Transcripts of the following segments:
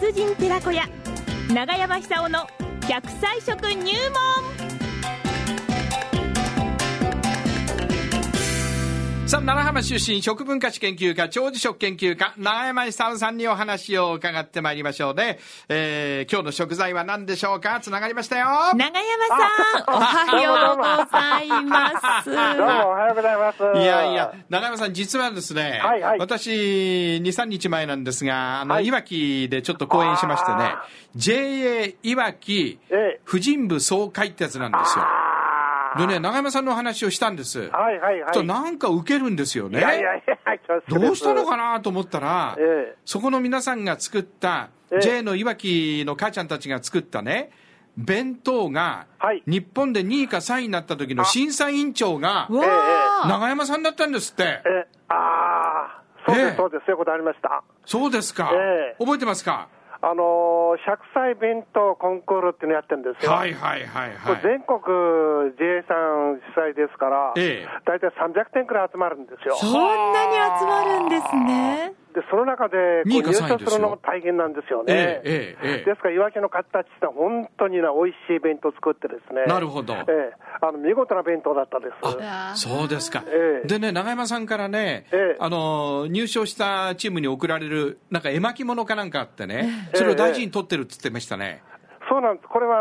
達人寺子屋長山久夫の100歳食入門。 さあ、奈良浜出身食文化史研究家長寿食研究家長山久夫さんにお話を伺ってまいりましょうね。今日の食材は何でしょうか。つながりましたよ。 長山さん、おはようございます。 どうもおはようございます。 いやいや、長山さん実はですね、 はいはい、 私 2,3 日前なんですが、いわきでちょっと講演しましてね、JA いわき婦人部総会ってやつなんですよ。でね、長山さんのお話をしたんです。 はいはいはい。 となんか受けるんですよね。 いやいやいや、 どうしたのかなと思ったら、そこの皆さんが作った、JA のいわきの母ちゃんたちが作ったね、弁当が、日本で2位か3位になった時の審査委員長が、長山さんだったんですって。 そうですそうです、そういうことありました。 そうですか。覚えてますか。 100歳弁当コンクールっていうのやってるんですよ。 はいはいはいはい。 全国 JA さん主催ですから、だいたい300点くらい集まるんですよ。 そんなに集まるんですね。 でその中で入賞するのも大変なんですよね。ですからいわきの方たちって本当に美味しい弁当を作ってですね。 なるほど。 見事な弁当だったです。 そうですか。でね、長山さんからね、入賞したチームに送られるなんか絵巻物かなんかあってね、それを大事に取ってるって言ってましたね。 そうなんです。これは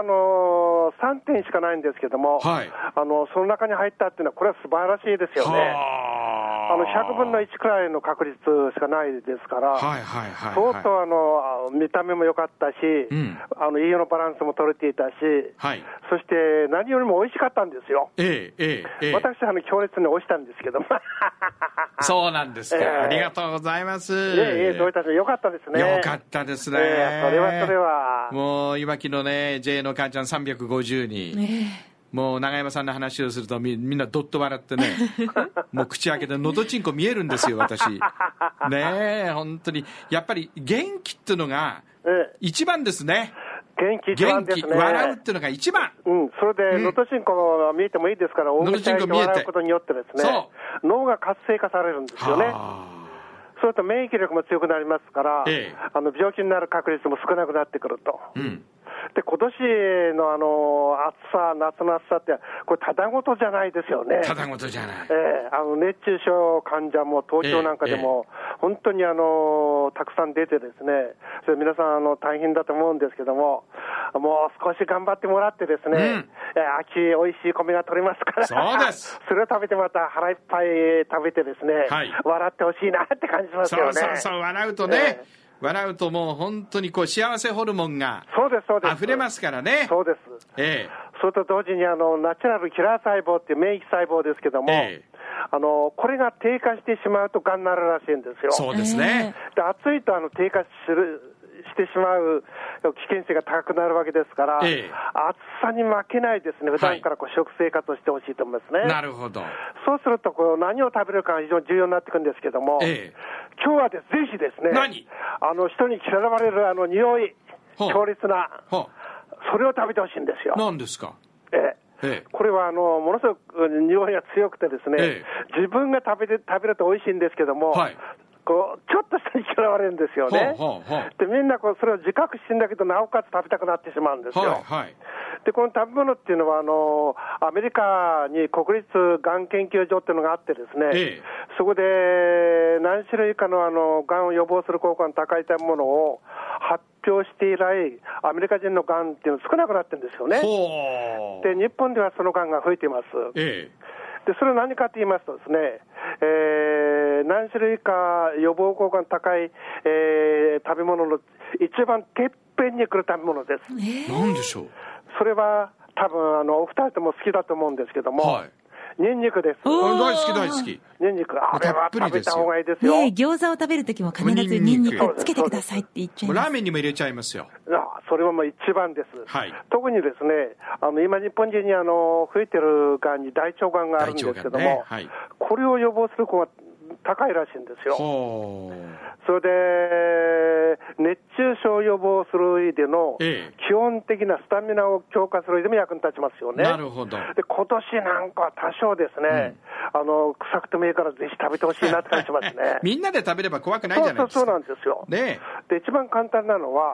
3点しかないんですけども、その中に入ったっていうのはこれは素晴らしいですよね。100分の1くらいの確率しかないですから、相当見た目も良かったし、栄養のバランスも取れていたし、そして何よりも美味しかったんですよ。私は強烈に推したんですけどもそうなんですか。ありがとうございます。 どういたしまして。良かったですね。 良かったですね。 それはもういわきのね JA の母ちゃん350人、もう長山さんの話をするとみんなどっと笑ってねもう口開けてのどちんこ見えるんですよ私ねえ。本当にやっぱり元気っていうのが一番ですね。 元気一番ですね。 笑うっていうのが一番。 それでのどちんこ見えてもいいですから、大口開けて笑うことによってですね、脳が活性化されるんですよね。それと免疫力も強くなりますから、病気になる確率も少なくなってくると。で今年の暑さ、夏の暑さって、これ、ただごとじゃないですよね。 ただごとじゃない。 熱中症患者も東京なんかでも、本当にたくさん出てですね、それ皆さん大変だと思うんですけども、もう少し頑張ってもらってですね、秋、おいしい米が取れますから、 そうですそれを食べて、また腹いっぱい食べてですね、笑ってほしいなって感じますよね。 そう笑うとね。笑うともう本当にこう幸せホルモンが溢れますからね。 そうです。それと同時にナチュラルキラー細胞っていう免疫細胞ですけども、これが低下してしまうとがんになるらしいんですよ。 そうですね。 で暑いと低下してしまう危険性が高くなるわけですから、暑さに負けないですね、普段から食生活をしてほしいと思いますね。 なるほど。 そうすると何を食べるかが非常に重要になってくるんですけども、今日はぜひですね、人に嫌われる匂い、強烈な、それを食べてほしいんですよ。 何ですか。 これはものすごく匂いが強くてですね、自分が食べると美味しいんですけども、ちょっと人に嫌われるんですよね。でみんなそれを自覚してんだけど、なおかつ食べたくなってしまうんですよ。でこの食べ物っていうのはアメリカに国立がん研究所っていうのがあってですね、そこで何種類かのがんを予防する効果の高い食べ物を発表して以来、アメリカ人のがんっていうの少なくなってるんですよね。で日本ではそのがんが増えています。でそれは何かと言いますとですね、何種類か予防効果の高い、食べ物の一番てっぺんに来る食べ物です。 何でしょう。 それは多分お二人とも好きだと思うんですけども、ニンニクです。 大好き大好き。 ニンニク、あれは食べた方がいいですよ。 餃子を食べるときも必ずニンニクつけてくださいって言っちゃいます。 ラーメンにも入れちゃいますよ。 それはもう一番です。特にですね、今日本人に増えてるがんに大腸がんがあるんですけども、これを予防する効果が高いらしいんですよ。それで熱中症予防する意味での基本的なスタミナを強化する意味でも役に立ちますよね。 なるほど。 で今年なんかは多少ですね、臭くてもいいからぜひ食べてほしいなって感じしますね。 みんなで食べれば怖くないじゃないですか。 そうなんですよ。で一番簡単なのは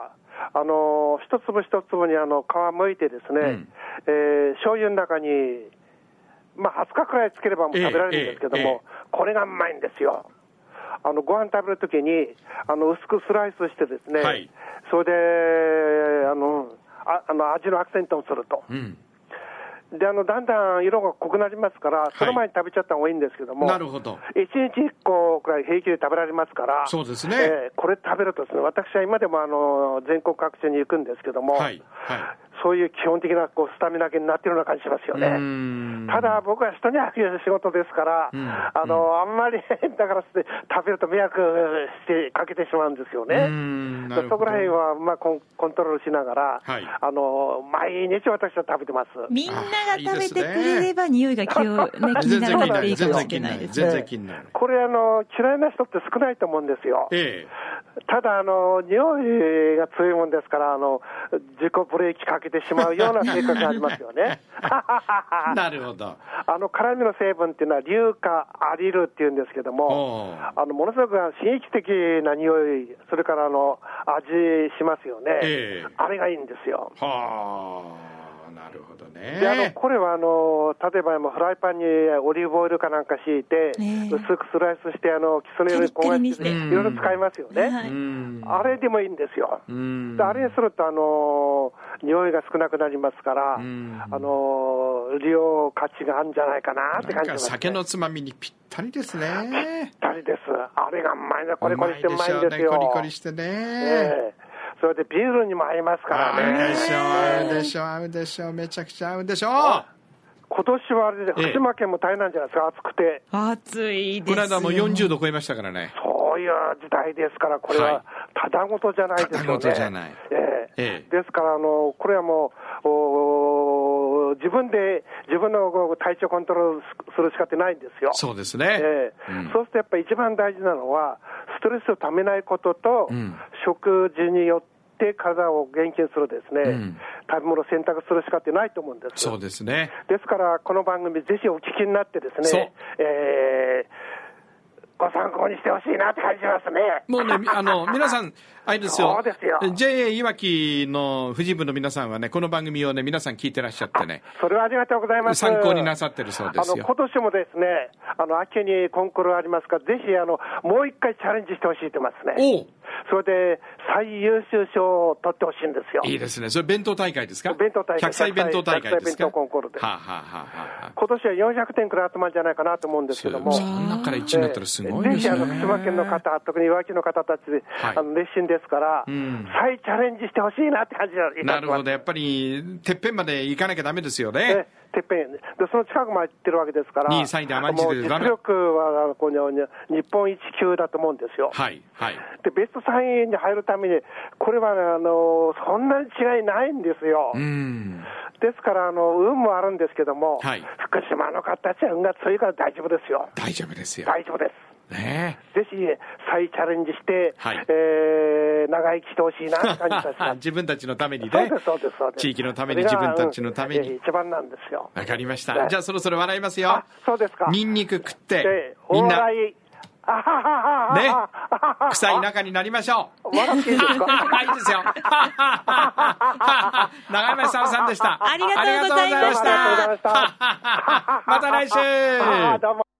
一粒一粒に皮剥いてですね、醤油の中に、20日くらいつければもう食べられるんですけども、これがうまいんですよ。ご飯食べるときに薄くスライスしてですね、それで味のアクセントをすると。でだんだん色が濃くなりますから、その前に食べちゃった方がいいんですけども、 なるほど。 1日1個くらい平気で食べられますから、 そうですね。これ食べるとですね、私は今でも全国各地に行くんですけども、そういう基本的なスタミナ系になっているような感じしますよね。ただ僕は人にあげる仕事ですから、あんまりだから食べると迷惑してかけてしまうんですよね。そこら辺はコントロールしながら、毎日私は食べてます。 みんなが食べてくれれば匂いが気になっていいかもしれないですね。 全然気になる。 これ嫌いな人って少ないと思うんですよ。ただ匂いが強いもんですから自己ブレーキかけてしまうような性格がありますよね。 なるほど。 辛みの成分っていうのは硫化アリルっていうんですけども、ものすごく刺激的な匂い、それから味しますよね。あれがいいんですよ。 なるほどね。 でこれは例えばフライパンにオリーブオイルかなんか敷いて、薄くスライスしてきつね色に焦がしていろいろ使いますよね。あれでもいいんですよ。であれにすると匂いが少なくなりますから、利用価値があるんじゃないかなって感じますね。 酒のつまみにぴったりですね。 ぴったりです。あれがうまいね。コリコリしてうまいんですよ。 コリコリしてね。 それでビールにも合いますからね。 合うでしょ。めちゃくちゃ合うでしょ。今年はあれで福島県も大変なんじゃないですか。暑くて。 暑いですよ。 この間も40度超えましたからね。 そういう時代ですから、これはただごとじゃないですよね。ただごとじゃない。ですからこれはもう自分の体調コントロールするしかないんですよ。 そうですね。 そうするとやっぱり一番大事なのはストレスをためないことと、食事によって体を元気にするですね、食べ物を選択するしかないと思うんです。 そうですね。 ですからこの番組ぜひお聞きになってですね、ご参考にしてほしいなって感じますね。 もうね、皆さん、あれですよ。 そうですよ。 JA いわきの婦人部の皆さんはね、この番組をね、皆さん聞いてらっしゃってね。 それはありがとうございます。 参考になさってるそうですよ。 今年もですね、秋にコンクールありますから、ぜひ、もう一回チャレンジしてほしいと思いますね。それで、最優秀賞を取ってほしいんですよ。 いいですね。それ弁当大会ですか？ 弁当大会。 100歳弁当大会ですか？ 100歳弁当コンクールで。今年は400点くらい集まるんじゃないかなと思うんですけども。 その中から1位になったらすごいですね。 ぜひ、福島県の方、特にいわきの方たち、熱心ですから、再チャレンジしてほしいなって感じがいたします。 なるほど。やっぱり、てっぺんまで行かなきゃダメですよね。 てっぺんで、その近くまで行ってるわけですから、 2位、3位で甘んじてる。 実力は日本一級だと思うんですよ。で、ベスト3位に入るために、これはそんなに違いないんですよ。ですから、運もあるんですけども、福島の方たちは運が強いから大丈夫ですよ。 大丈夫ですよ。 大丈夫です。ぜひ再チャレンジして、長生きしてほしいなって感じがします。 自分たちのためにね。そうです。地域のために、自分たちのために。 一番なんですよ。 わかりました。じゃあそろそろ笑いますよ。 そうですか。 ニンニク食って、みんな。ね、臭い仲になりましょう。 笑っていいですか？ いいですよ。長山久夫さんでした。 ありがとうございました。 また来週。 どうも。